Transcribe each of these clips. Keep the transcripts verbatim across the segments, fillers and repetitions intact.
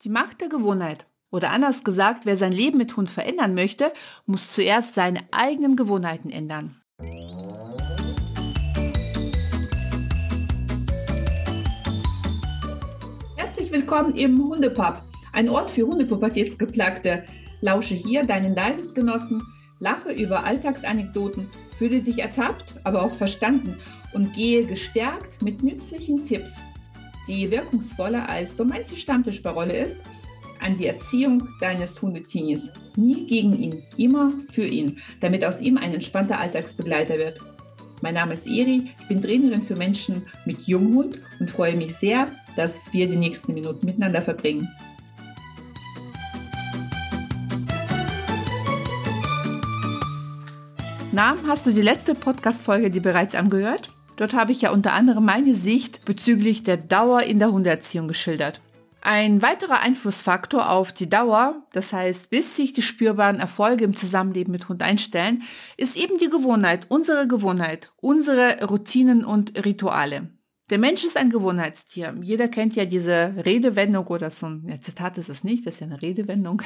Die Macht der Gewohnheit. Oder anders gesagt, wer sein Leben mit Hund verändern möchte, muss zuerst seine eigenen Gewohnheiten ändern. Herzlich willkommen im Hundepub, ein Ort für Hundepubertätsgeplagte. Lausche hier deinen Leidensgenossen, lache über Alltagsanekdoten, fühle dich ertappt, aber auch verstanden und gehe gestärkt mit nützlichen Tipps, die wirkungsvoller als so manche Stammtischparole ist, an die Erziehung deines Hundetinis. Nie gegen ihn, immer für ihn, damit aus ihm ein entspannter Alltagsbegleiter wird. Mein Name ist Eri, ich bin Trainerin für Menschen mit Junghund und freue mich sehr, dass wir die nächsten Minuten miteinander verbringen. Na, hast du die letzte Podcast-Folge dir bereits angehört? Dort habe ich ja unter anderem meine Sicht bezüglich der Dauer in der Hundeerziehung geschildert. Ein weiterer Einflussfaktor auf die Dauer, das heißt, bis sich die spürbaren Erfolge im Zusammenleben mit Hund einstellen, ist eben die Gewohnheit, unsere Gewohnheit, unsere Routinen und Rituale. Der Mensch ist ein Gewohnheitstier. Jeder kennt ja diese Redewendung oder so ein ja, Zitat ist es nicht, das ist ja eine Redewendung.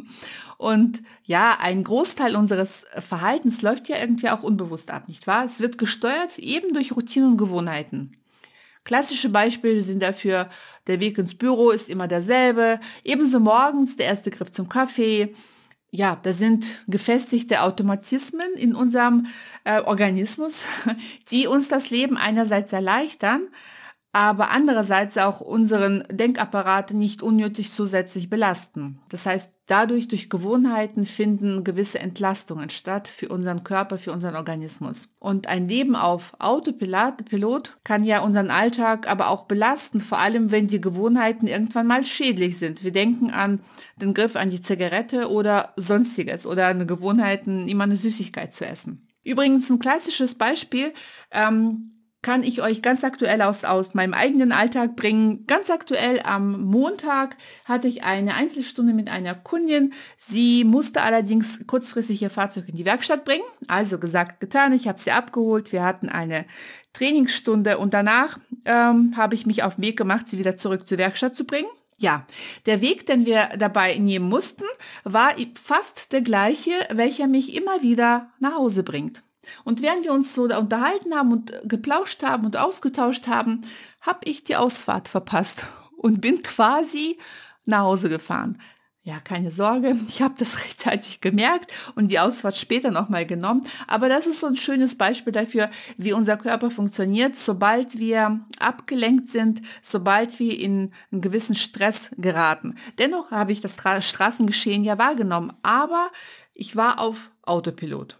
Und ja, ein Großteil unseres Verhaltens läuft ja irgendwie auch unbewusst ab, nicht wahr? Es wird gesteuert eben durch Routinen und Gewohnheiten. Klassische Beispiele sind dafür, der Weg ins Büro ist immer derselbe, ebenso morgens der erste Griff zum Kaffee. Ja, da sind gefestigte Automatismen in unserem äh, Organismus, die uns das Leben einerseits erleichtern, aber andererseits auch unseren Denkapparat nicht unnötig zusätzlich belasten. Das heißt, dadurch, durch Gewohnheiten finden gewisse Entlastungen statt für unseren Körper, für unseren Organismus. Und ein Leben auf Autopilot kann ja unseren Alltag aber auch belasten, vor allem wenn die Gewohnheiten irgendwann mal schädlich sind. Wir denken an den Griff an die Zigarette oder sonstiges oder eine Gewohnheit, immer eine Süßigkeit zu essen. Übrigens ein klassisches Beispiel, ähm, kann ich euch ganz aktuell aus, aus meinem eigenen Alltag bringen. Ganz aktuell am Montag hatte ich eine Einzelstunde mit einer Kundin. Sie musste allerdings kurzfristig ihr Fahrzeug in die Werkstatt bringen. Also gesagt, getan. Ich habe sie abgeholt. Wir hatten eine Trainingsstunde und danach ähm, habe ich mich auf den Weg gemacht, sie wieder zurück zur Werkstatt zu bringen. Ja, der Weg, den wir dabei nehmen mussten, war fast der gleiche, welcher mich immer wieder nach Hause bringt. Und während wir uns so da unterhalten haben und geplauscht haben und ausgetauscht haben, habe ich die Ausfahrt verpasst und bin quasi nach Hause gefahren. Ja, keine Sorge, ich habe das rechtzeitig gemerkt und die Ausfahrt später nochmal genommen. Aber das ist so ein schönes Beispiel dafür, wie unser Körper funktioniert, sobald wir abgelenkt sind, sobald wir in einen gewissen Stress geraten. Dennoch habe ich das Tra- Straßengeschehen ja wahrgenommen, aber ich war auf Autopilot.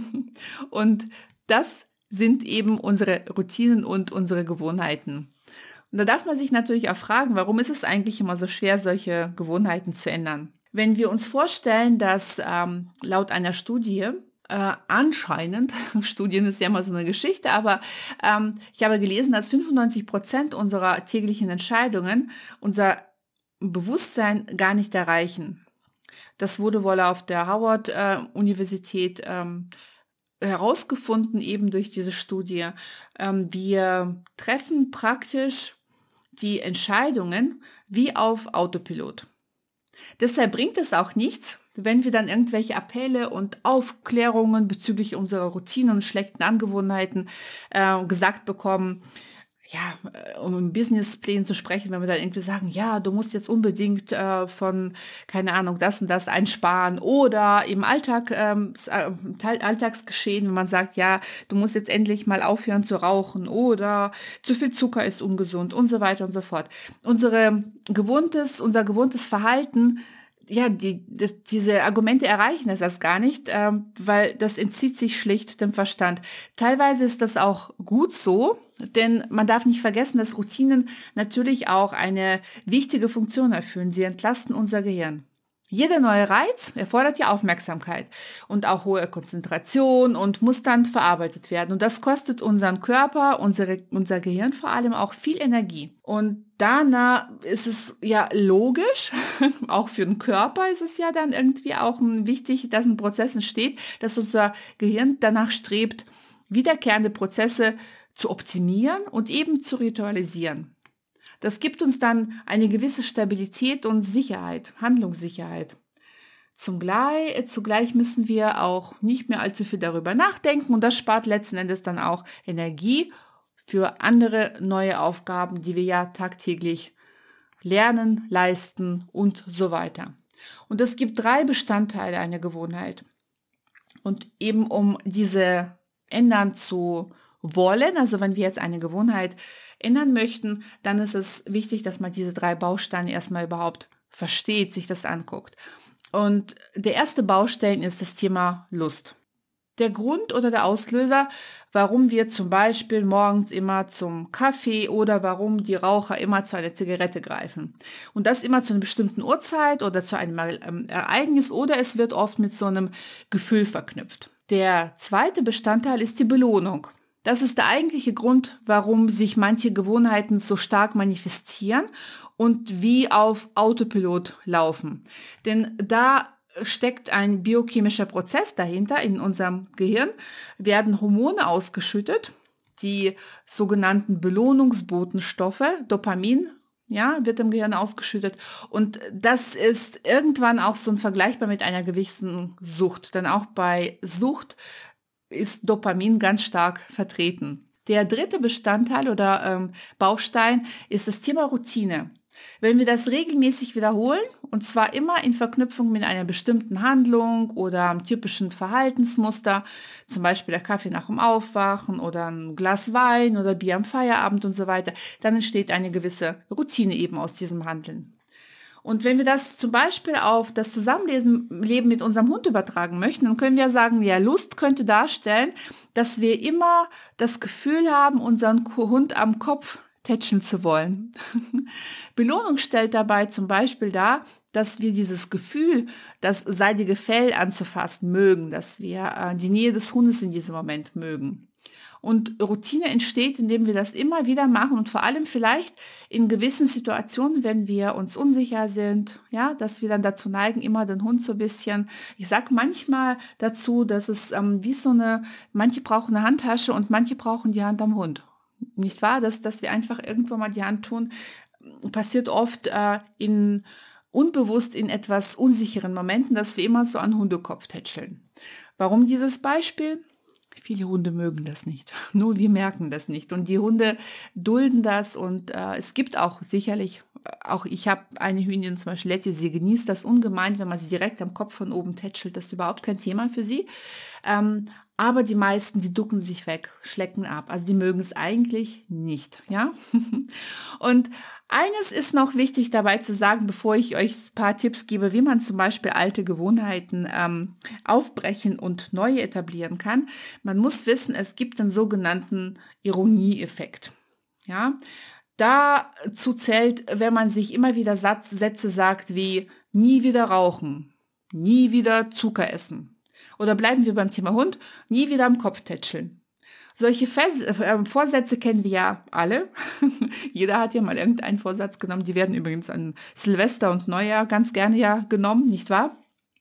Und das sind eben unsere Routinen und unsere Gewohnheiten. Und da darf man sich natürlich auch fragen, warum ist es eigentlich immer so schwer, solche Gewohnheiten zu ändern? Wenn wir uns vorstellen, dass ähm, laut einer Studie äh, anscheinend, Studien ist ja immer so eine Geschichte, aber ähm, ich habe gelesen, dass fünfundneunzig Prozent unserer täglichen Entscheidungen unser Bewusstsein gar nicht erreichen. Das wurde wohl auf der Howard-Universität äh, ähm, herausgefunden, eben durch diese Studie. Ähm, wir treffen praktisch die Entscheidungen wie auf Autopilot. Deshalb bringt es auch nichts, wenn wir dann irgendwelche Appelle und Aufklärungen bezüglich unserer Routinen und schlechten Angewohnheiten äh, gesagt bekommen. Ja, um im Businessplan zu sprechen, wenn wir dann irgendwie sagen, ja, du musst jetzt unbedingt äh, von, keine Ahnung, das und das einsparen oder im Alltag, ähm, Alltagsgeschehen, wenn man sagt, ja, du musst jetzt endlich mal aufhören zu rauchen oder zu viel Zucker ist ungesund und so weiter und so fort. Unsere gewohntes, unser gewohntes Verhalten, ja, die, das, diese Argumente erreichen es erst gar nicht, ähm, weil das entzieht sich schlicht dem Verstand. Teilweise ist das auch gut so, denn man darf nicht vergessen, dass Routinen natürlich auch eine wichtige Funktion erfüllen. Sie entlasten unser Gehirn. Jeder neue Reiz erfordert ja Aufmerksamkeit und auch hohe Konzentration und muss dann verarbeitet werden. Und das kostet unseren Körper, unsere, unser Gehirn vor allem auch viel Energie. Und danach ist es ja logisch, auch für den Körper ist es ja dann irgendwie auch wichtig, dass ein Prozess entsteht, dass unser Gehirn danach strebt, wiederkehrende Prozesse zu optimieren und eben zu ritualisieren. Das gibt uns dann eine gewisse Stabilität und Sicherheit, Handlungssicherheit. Zugleich, zugleich müssen wir auch nicht mehr allzu viel darüber nachdenken und das spart letzten Endes dann auch Energie für andere neue Aufgaben, die wir ja tagtäglich lernen, leisten und so weiter. Und es gibt drei Bestandteile einer Gewohnheit. Und eben um diese ändern zu wollen, also wenn wir jetzt eine Gewohnheit ändern möchten, dann ist es wichtig, dass man diese drei Bausteine erstmal überhaupt versteht, sich das anguckt. Und der erste Baustein ist das Thema Lust. Der Grund oder der Auslöser, warum wir zum Beispiel morgens immer zum Kaffee oder warum die Raucher immer zu einer Zigarette greifen. Und das immer zu einer bestimmten Uhrzeit oder zu einem Ereignis oder es wird oft mit so einem Gefühl verknüpft. Der zweite Bestandteil ist die Belohnung. Das ist der eigentliche Grund, warum sich manche Gewohnheiten so stark manifestieren und wie auf Autopilot laufen. Denn da steckt ein biochemischer Prozess dahinter. In unserem Gehirn werden Hormone ausgeschüttet, die sogenannten Belohnungsbotenstoffe, Dopamin, ja, wird im Gehirn ausgeschüttet. Und das ist irgendwann auch so vergleichbar mit einer gewissen Sucht. Denn auch bei Sucht ist Dopamin ganz stark vertreten. Der dritte Bestandteil oder ähm, Baustein ist das Thema Routine. Wenn wir das regelmäßig wiederholen, und zwar immer in Verknüpfung mit einer bestimmten Handlung oder einem typischen Verhaltensmuster, zum Beispiel der Kaffee nach dem Aufwachen oder ein Glas Wein oder Bier am Feierabend und so weiter, dann entsteht eine gewisse Routine eben aus diesem Handeln. Und wenn wir das zum Beispiel auf das Zusammenleben mit unserem Hund übertragen möchten, dann können wir sagen, ja, Lust könnte darstellen, dass wir immer das Gefühl haben, unseren Hund am Kopf tätscheln zu wollen. Belohnung stellt dabei zum Beispiel dar, dass wir dieses Gefühl, das seidige Fell anzufassen mögen, dass wir äh, die Nähe des Hundes in diesem Moment mögen. Und Routine entsteht, indem wir das immer wieder machen und vor allem vielleicht in gewissen Situationen, wenn wir uns unsicher sind, ja, dass wir dann dazu neigen, immer den Hund so ein bisschen, ich sage manchmal dazu, dass es ähm, wie so eine, manche brauchen eine Handtasche und manche brauchen die Hand am Hund. Nicht wahr? Dass, dass wir einfach irgendwo mal die Hand tun, passiert oft äh, in unbewusst in etwas unsicheren Momenten, dass wir immer so an Hundekopf tätscheln. Warum dieses Beispiel? Viele Hunde mögen das nicht, nur wir merken das nicht und die Hunde dulden das und äh, es gibt auch sicherlich, auch ich habe eine Hündin zum Beispiel, Letty, sie genießt das ungemein, wenn man sie direkt am Kopf von oben tätschelt, das ist überhaupt kein Thema für sie, ähm, aber die meisten, die ducken sich weg, schlecken ab, also die mögen es eigentlich nicht, ja, und eines ist noch wichtig dabei zu sagen, bevor ich euch ein paar Tipps gebe, wie man zum Beispiel alte Gewohnheiten ähm, aufbrechen und neue etablieren kann. Man muss wissen, es gibt den sogenannten Ironieeffekt. Ja? Dazu zählt, wenn man sich immer wieder Satz, Sätze sagt wie nie wieder rauchen, nie wieder Zucker essen. Oder bleiben wir beim Thema Hund, nie wieder am Kopf tätscheln. Solche Vers- äh, Vorsätze kennen wir ja alle. Jeder hat ja mal irgendeinen Vorsatz genommen. Die werden übrigens an Silvester und Neujahr ganz gerne ja genommen, nicht wahr?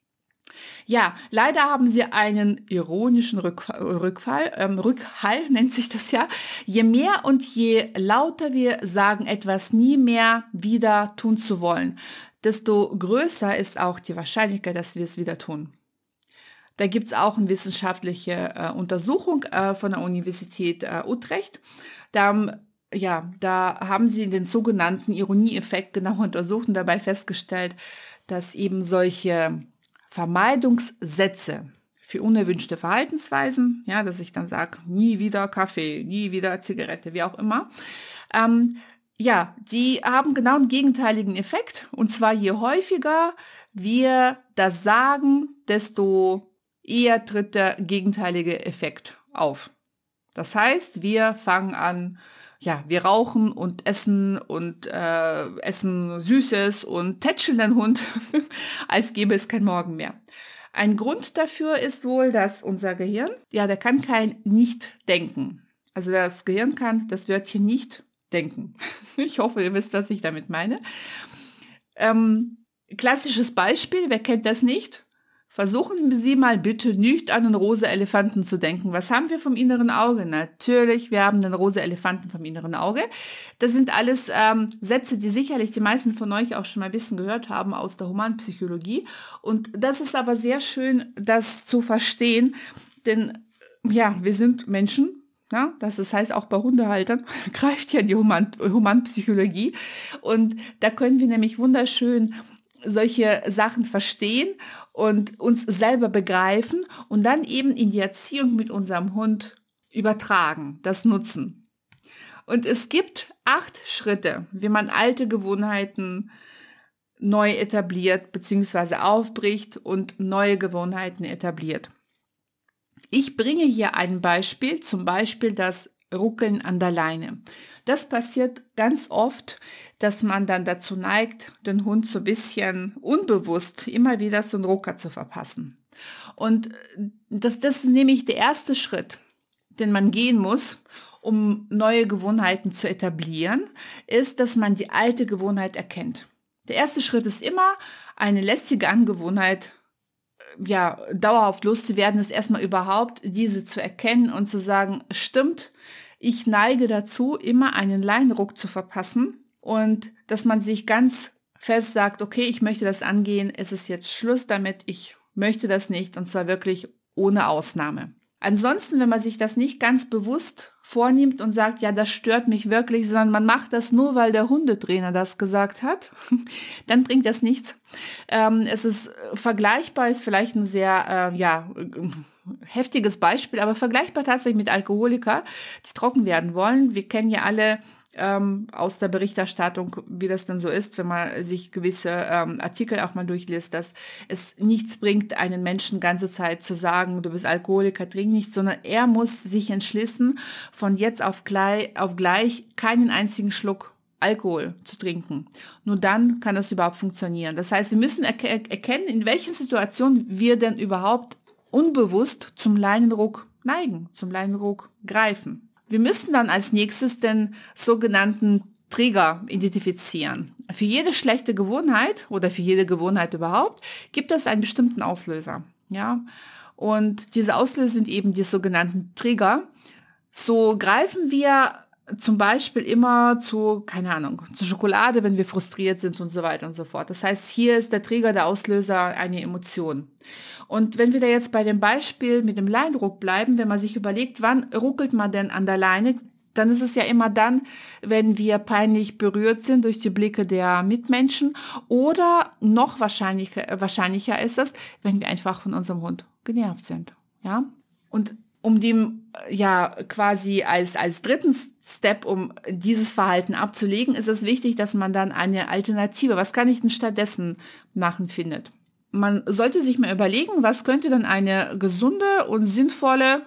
Ja, leider haben sie einen ironischen Rückfall, Rückfall ähm, Rückhall nennt sich das ja. Je mehr und je lauter wir sagen, etwas nie mehr wieder tun zu wollen, desto größer ist auch die Wahrscheinlichkeit, dass wir es wieder tun. Da gibt es auch eine wissenschaftliche äh, Untersuchung äh, von der Universität äh, Utrecht. Da, ja, da haben sie den sogenannten Ironieeffekt genau untersucht und dabei festgestellt, dass eben solche Vermeidungssätze für unerwünschte Verhaltensweisen, ja, dass ich dann sage, nie wieder Kaffee, nie wieder Zigarette, wie auch immer, ähm, ja, die haben genau einen gegenteiligen Effekt. Und zwar je häufiger wir das sagen, desto eher tritt der gegenteilige Effekt auf. Das heißt, wir fangen an, ja, wir rauchen und essen und äh, essen Süßes und tätscheln den Hund, als gäbe es kein Morgen mehr. Ein Grund dafür ist wohl, dass unser Gehirn, ja, der kann kein Nicht-Denken. Also das Gehirn kann das Wörtchen nicht denken. Ich hoffe, ihr wisst, was ich damit meine. Ähm, klassisches Beispiel, wer kennt das nicht? Versuchen Sie mal bitte nicht an den rosa Elefanten zu denken. Was haben wir vom inneren Auge? Natürlich, wir haben den rosa Elefanten vom inneren Auge. Das sind alles ähm, Sätze, die sicherlich die meisten von euch auch schon mal ein bisschen gehört haben aus der Humanpsychologie. Und das ist aber sehr schön, das zu verstehen, denn ja, wir sind Menschen. Ja, das ist, heißt auch bei Hundehaltern greift ja die Human, Humanpsychologie. Und da können wir nämlich wunderschön solche Sachen verstehen und uns selber begreifen und dann eben in die Erziehung mit unserem Hund übertragen, das nutzen. Und es gibt acht Schritte, wie man alte Gewohnheiten neu etabliert bzw. aufbricht und neue Gewohnheiten etabliert. Ich bringe hier ein Beispiel, zum Beispiel das Ruckeln an der Leine. Das passiert ganz oft, dass man dann dazu neigt, den Hund so ein bisschen unbewusst immer wieder so einen Rucker zu verpassen. Und das, das ist nämlich der erste Schritt, den man gehen muss, um neue Gewohnheiten zu etablieren, ist, dass man die alte Gewohnheit erkennt. Der erste Schritt ist immer, eine lästige Angewohnheit ja, dauerhaft loszuwerden, ist erstmal überhaupt diese zu erkennen und zu sagen, stimmt, ich neige dazu, immer einen Leinenruck zu verpassen und dass man sich ganz fest sagt, okay, ich möchte das angehen, es ist jetzt Schluss damit, ich möchte das nicht und zwar wirklich ohne Ausnahme. Ansonsten, wenn man sich das nicht ganz bewusst vornimmt und sagt, ja, das stört mich wirklich, sondern man macht das nur, weil der Hundetrainer das gesagt hat, dann bringt das nichts. Ähm, es ist vergleichbar, ist vielleicht ein sehr, äh, ja, heftiges Beispiel, aber vergleichbar tatsächlich mit Alkoholikern, die trocken werden wollen. Wir kennen ja alle ähm, aus der Berichterstattung, wie das dann so ist, wenn man sich gewisse ähm, Artikel auch mal durchliest, dass es nichts bringt, einen Menschen ganze Zeit zu sagen, du bist Alkoholiker, trink nicht, sondern er muss sich entschließen, von jetzt auf gleich, auf gleich keinen einzigen Schluck Alkohol zu trinken. Nur dann kann das überhaupt funktionieren. Das heißt, wir müssen erke- erkennen, in welchen Situationen wir denn überhaupt unbewusst zum Leinenruck neigen, zum Leinenruck greifen. Wir müssen dann als nächstes den sogenannten Trigger identifizieren. Für jede schlechte Gewohnheit oder für jede Gewohnheit überhaupt gibt es einen bestimmten Auslöser. Ja? Und diese Auslöser sind eben die sogenannten Trigger. So greifen wir zum Beispiel immer zu, keine Ahnung, zu Schokolade, wenn wir frustriert sind und so weiter und so fort. Das heißt, hier ist der Trigger, der Auslöser, eine Emotion. Und wenn wir da jetzt bei dem Beispiel mit dem Leinenruck bleiben, wenn man sich überlegt, wann ruckelt man denn an der Leine, dann ist es ja immer dann, wenn wir peinlich berührt sind durch die Blicke der Mitmenschen oder noch wahrscheinlicher, wahrscheinlicher ist es, wenn wir einfach von unserem Hund genervt sind. Ja? Und um dem ja quasi als, als dritten Step, um dieses Verhalten abzulegen, ist es wichtig, dass man dann eine Alternative, was kann ich denn stattdessen machen, findet. Man sollte sich mal überlegen, was könnte dann eine gesunde und sinnvolle,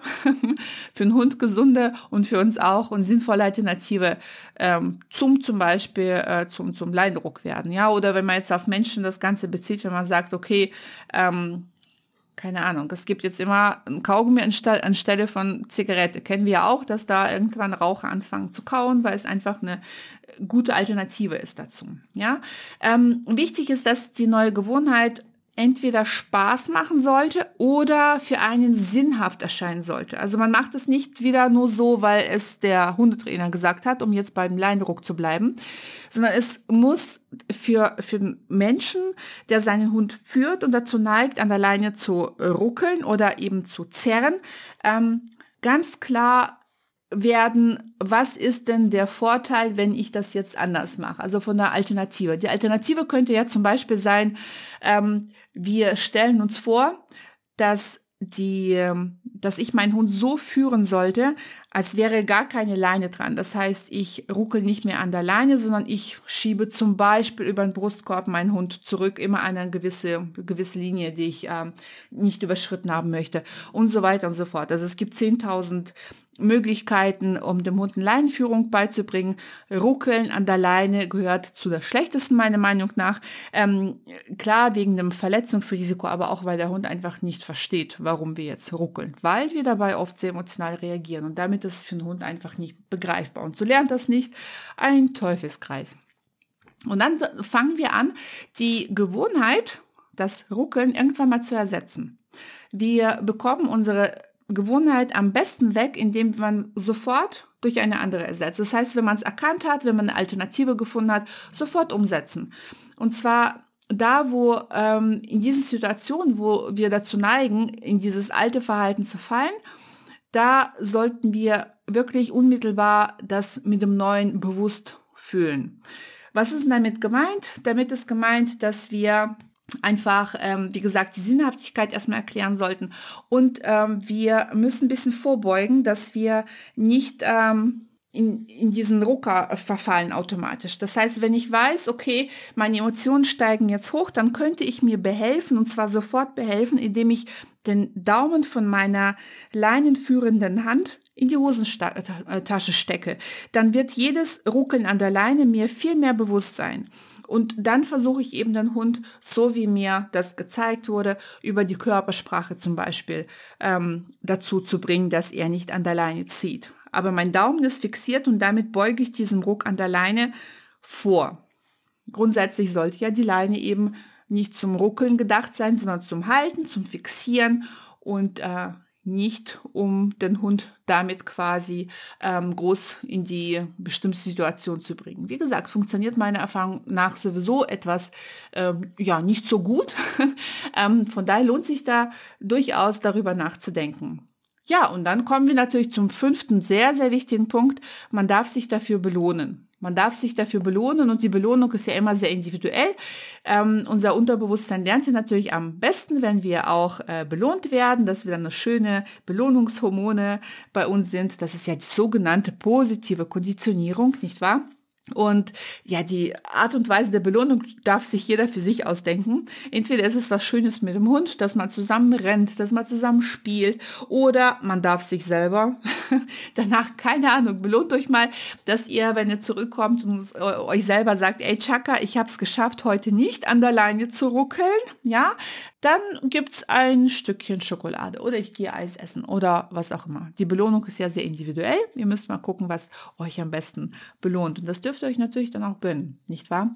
für den Hund gesunde und für uns auch und sinnvolle Alternative ähm, zum zum Beispiel äh, zum, zum Leinenruck werden. Ja? Oder wenn man jetzt auf Menschen das Ganze bezieht, wenn man sagt, okay, ähm, keine Ahnung, es gibt jetzt immer ein Kaugummi anstelle, anstelle von Zigarette. Kennen wir ja auch, dass da irgendwann Raucher anfangen zu kauen, weil es einfach eine gute Alternative ist dazu. Ja? Ähm, wichtig ist, dass die neue Gewohnheit entweder Spaß machen sollte oder für einen sinnhaft erscheinen sollte. Also man macht es nicht wieder nur so, weil es der Hundetrainer gesagt hat, um jetzt beim Leinenruck zu bleiben, sondern es muss für, für den Menschen, der seinen Hund führt und dazu neigt, an der Leine zu ruckeln oder eben zu zerren, ähm, ganz klar werden, was ist denn der Vorteil, wenn ich das jetzt anders mache? Also von der Alternative. Die Alternative könnte ja zum Beispiel sein, ähm, wir stellen uns vor, dass die, dass ich meinen Hund so führen sollte, als wäre gar keine Leine dran. Das heißt, ich ruckel nicht mehr an der Leine, sondern ich schiebe zum Beispiel über den Brustkorb meinen Hund zurück, immer an eine gewisse, gewisse Linie, die ich ähm, nicht überschritten haben möchte und so weiter und so fort. Also es gibt zehntausend Möglichkeiten, um dem Hund eine Leinenführung beizubringen. Ruckeln an der Leine gehört zu der schlechtesten, meiner Meinung nach. Ähm, klar, wegen dem Verletzungsrisiko, aber auch, weil der Hund einfach nicht versteht, warum wir jetzt ruckeln. Weil wir dabei oft sehr emotional reagieren und damit ist es für den Hund einfach nicht begreifbar. Und so lernt das nicht. Ein Teufelskreis. Und dann fangen wir an, die Gewohnheit, das Ruckeln irgendwann mal zu ersetzen. Wir bekommen unsere Gewohnheit am besten weg, indem man sofort durch eine andere ersetzt. Das heißt, wenn man es erkannt hat, wenn man eine Alternative gefunden hat, sofort umsetzen. Und zwar da, wo ähm, in dieser Situation, wo wir dazu neigen, in dieses alte Verhalten zu fallen, da sollten wir wirklich unmittelbar das mit dem Neuen bewusst fühlen. Was ist damit gemeint? Damit ist gemeint, dass wir einfach, ähm, wie gesagt, die Sinnhaftigkeit erstmal erklären sollten. Und ähm, wir müssen ein bisschen vorbeugen, dass wir nicht ähm, in, in diesen Rucker verfallen automatisch. Das heißt, wenn ich weiß, okay, meine Emotionen steigen jetzt hoch, dann könnte ich mir behelfen, und zwar sofort behelfen, indem ich den Daumen von meiner leinenführenden Hand in die Hosentasche stecke. Dann wird jedes Ruckeln an der Leine mir viel mehr bewusst sein. Und dann versuche ich eben den Hund, so wie mir das gezeigt wurde, über die Körpersprache zum Beispiel ähm, dazu zu bringen, dass er nicht an der Leine zieht. Aber mein Daumen ist fixiert und damit beuge ich diesem Ruck an der Leine vor. Grundsätzlich sollte ja die Leine eben nicht zum Ruckeln gedacht sein, sondern zum Halten, zum Fixieren und äh, nicht, um den Hund damit quasi ähm, groß in die bestimmte Situation zu bringen. Wie gesagt, funktioniert meiner Erfahrung nach sowieso etwas ähm, ja nicht so gut. ähm, von daher lohnt sich da durchaus darüber nachzudenken. Ja, und dann kommen wir natürlich zum fünften sehr, sehr wichtigen Punkt. Man darf sich dafür belohnen. Man darf sich dafür belohnen und die Belohnung ist ja immer sehr individuell. Ähm, unser Unterbewusstsein lernt ja natürlich am besten, wenn wir auch äh, belohnt werden, dass wir dann eine schöne Belohnungshormone bei uns sind. Das ist ja die sogenannte positive Konditionierung, nicht wahr? Und ja, die Art und Weise der Belohnung darf sich jeder für sich ausdenken. Entweder ist es was Schönes mit dem Hund, dass man zusammen rennt, dass man zusammen spielt, oder man darf sich selber danach, keine Ahnung, belohnt euch mal, dass ihr, wenn ihr zurückkommt und euch selber sagt, ey Chaka, ich habe es geschafft, heute nicht an der Leine zu ruckeln, ja, dann gibt's ein Stückchen Schokolade oder ich gehe Eis essen oder was auch immer. Die Belohnung ist ja sehr individuell. Ihr müsst mal gucken, was euch am besten belohnt. Und das dürft ihr euch natürlich dann auch gönnen, nicht wahr?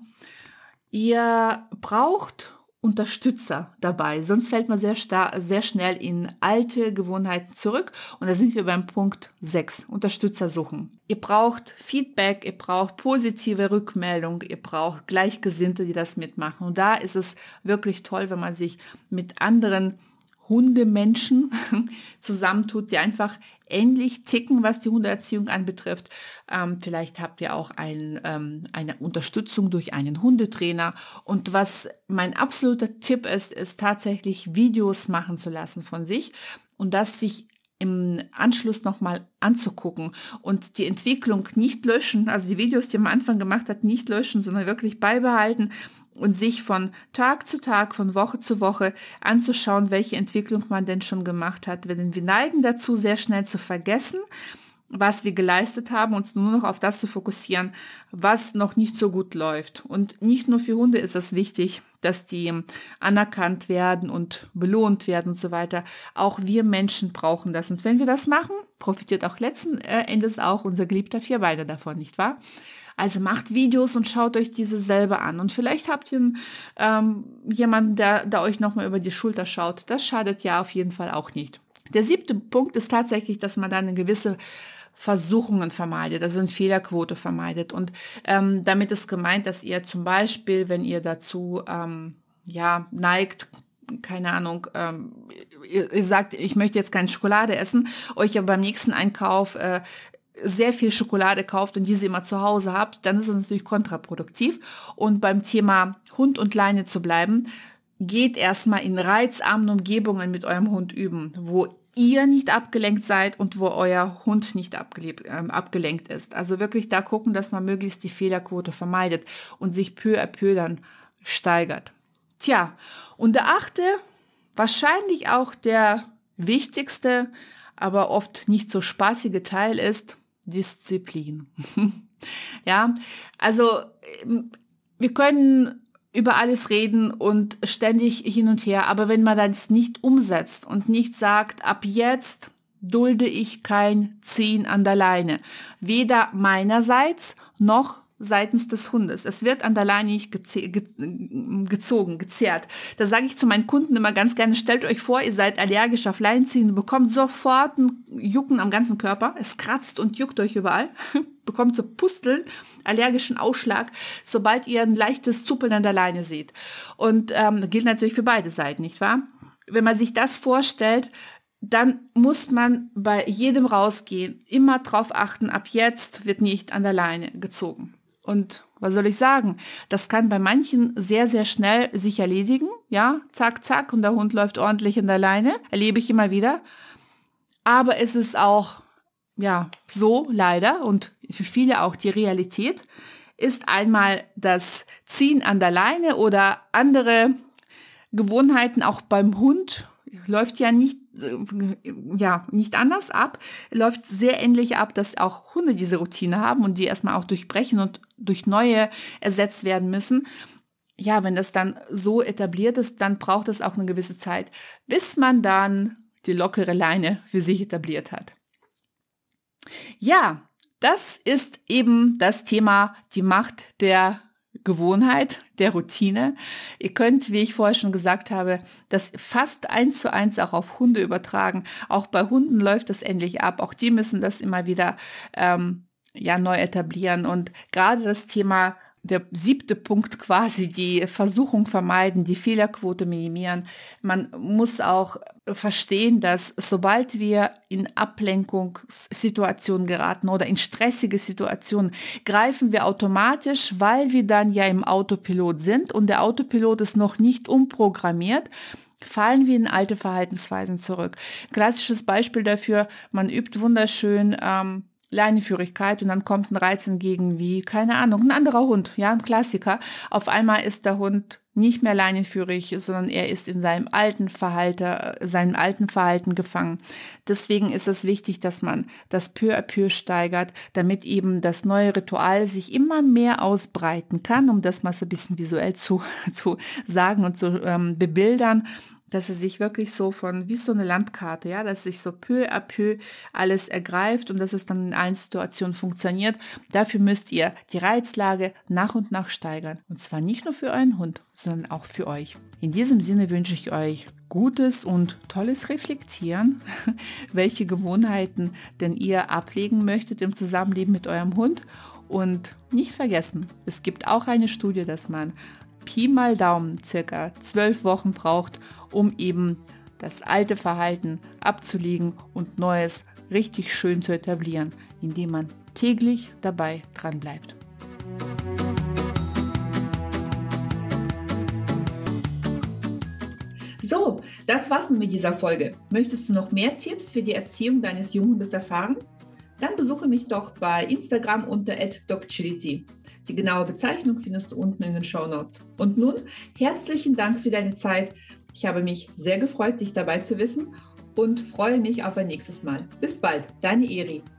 Ihr braucht Unterstützer dabei, sonst fällt man sehr, star- sehr schnell in alte Gewohnheiten zurück. Und da sind wir beim Punkt sechs, Unterstützer suchen. Ihr braucht Feedback, ihr braucht positive Rückmeldung, ihr braucht Gleichgesinnte, die das mitmachen. Und da ist es wirklich toll, wenn man sich mit anderen Hundemenschen zusammentut, die einfach ähnlich ticken, was die Hundeerziehung anbetrifft. Ähm, vielleicht habt ihr auch ein, ähm, eine Unterstützung durch einen Hundetrainer. Und was mein absoluter Tipp ist, ist tatsächlich Videos machen zu lassen von sich und das sich im Anschluss nochmal anzugucken und die Entwicklung nicht löschen, also die Videos, die man am Anfang gemacht hat, nicht löschen, sondern wirklich beibehalten und sich von Tag zu Tag, von Woche zu Woche anzuschauen, welche Entwicklung man denn schon gemacht hat. Denn wir neigen dazu, sehr schnell zu vergessen, was wir geleistet haben, uns nur noch auf das zu fokussieren, was noch nicht so gut läuft. Und nicht nur für Hunde ist es wichtig, dass die anerkannt werden und belohnt werden und so weiter. Auch wir Menschen brauchen das. Und wenn wir das machen, profitiert auch letzten Endes auch unser geliebter Vierbeiner davon, nicht wahr? Also macht Videos und schaut euch diese selber an. Und vielleicht habt ihr ähm, jemanden, der, der euch nochmal über die Schulter schaut. Das schadet ja auf jeden Fall auch nicht. Der siebte Punkt ist tatsächlich, dass man dann eine gewisse Versuchungen vermeidet, also eine Fehlerquote vermeidet. Und ähm, damit ist gemeint, dass ihr zum Beispiel, wenn ihr dazu ähm, ja, neigt, keine Ahnung, ähm, ihr, ihr sagt, ich möchte jetzt keine Schokolade essen, euch aber beim nächsten Einkauf äh, sehr viel Schokolade kauft und diese immer zu Hause habt, dann ist es natürlich kontraproduktiv. Und beim Thema Hund und Leine zu bleiben, geht erstmal in reizarmen Umgebungen mit eurem Hund üben, wo ihr nicht abgelenkt seid und wo euer Hund nicht abgelebt, äh, abgelenkt ist. Also wirklich da gucken, dass man möglichst die Fehlerquote vermeidet und sich peu à peu dann steigert. Tja, und der achte, wahrscheinlich auch der wichtigste, aber oft nicht so spaßige Teil ist Disziplin. Ja, also wir können über alles reden und ständig hin und her, aber wenn man das nicht umsetzt und nicht sagt, ab jetzt dulde ich kein Ziehen an der Leine, weder meinerseits noch seitens des Hundes. Es wird an der Leine nicht geze- ge- gezogen, gezerrt. Da sage ich zu meinen Kunden immer ganz gerne, stellt euch vor, ihr seid allergisch auf Leinenziehen, ihr bekommt sofort ein Jucken am ganzen Körper. Es kratzt und juckt euch überall. Bekommt so Pusteln, allergischen Ausschlag, sobald ihr ein leichtes Zuppeln an der Leine seht. Und ähm, gilt natürlich für beide Seiten, nicht wahr? Wenn man sich das vorstellt, dann muss man bei jedem Rausgehen immer darauf achten, ab jetzt wird nicht an der Leine gezogen. Und was soll ich sagen? Das kann bei manchen sehr, sehr schnell sich erledigen. Ja, zack, zack, und der Hund läuft ordentlich in der Leine. Erlebe ich immer wieder. Aber es ist auch, ja, so leider und für viele auch die Realität, ist einmal das Ziehen an der Leine oder andere Gewohnheiten auch beim Hund. Läuft ja nicht, ja, nicht anders ab, läuft sehr ähnlich ab, dass auch Hunde diese Routine haben und die erstmal auch durchbrechen und durch neue ersetzt werden müssen. Ja, wenn das dann so etabliert ist, dann braucht es auch eine gewisse Zeit, bis man dann die lockere Leine für sich etabliert hat. Ja, das ist eben das Thema, die Macht der Gewohnheit, der Routine. Ihr könnt, wie ich vorher schon gesagt habe, das fast eins zu eins auch auf Hunde übertragen. Auch bei Hunden läuft das ähnlich ab. Auch die müssen das immer wieder ähm, ja, neu etablieren. Und gerade das Thema, der siebte Punkt quasi, die Versuchung vermeiden, die Fehlerquote minimieren. Man muss auch verstehen, dass sobald wir in Ablenkungssituationen geraten oder in stressige Situationen, greifen wir automatisch, weil wir dann ja im Autopilot sind und der Autopilot ist noch nicht umprogrammiert, fallen wir in alte Verhaltensweisen zurück. Klassisches Beispiel dafür, man übt wunderschön ähm, Leinenführigkeit und dann kommt ein Reiz entgegen wie, keine Ahnung, ein anderer Hund, ja, ein Klassiker. Auf einmal ist der Hund nicht mehr leinenführig, sondern er ist in seinem alten Verhalten, seinem alten Verhalten gefangen. Deswegen ist es wichtig, dass man das peu à peu steigert, damit eben das neue Ritual sich immer mehr ausbreiten kann, um das mal so ein bisschen visuell zu, zu sagen und zu ähm, bebildern, dass es sich wirklich so von, wie so eine Landkarte, ja, dass sich so peu à peu alles ergreift und dass es dann in allen Situationen funktioniert. Dafür müsst ihr die Reizlage nach und nach steigern. Und zwar nicht nur für euren Hund, sondern auch für euch. In diesem Sinne wünsche ich euch gutes und tolles Reflektieren, welche Gewohnheiten denn ihr ablegen möchtet im Zusammenleben mit eurem Hund. Und nicht vergessen, es gibt auch eine Studie, dass man Pi mal Daumen circa zwölf Wochen braucht, um eben das alte Verhalten abzulegen und Neues richtig schön zu etablieren, indem man täglich dabei dran bleibt. So, das war's mit dieser Folge. Möchtest du noch mehr Tipps für die Erziehung deines Junghundes erfahren? Dann besuche mich doch bei Instagram unter at docchility. Die genaue Bezeichnung findest du unten in den Shownotes. Und nun, herzlichen Dank für deine Zeit. Ich habe mich sehr gefreut, dich dabei zu wissen und freue mich auf ein nächstes Mal. Bis bald, deine Eri.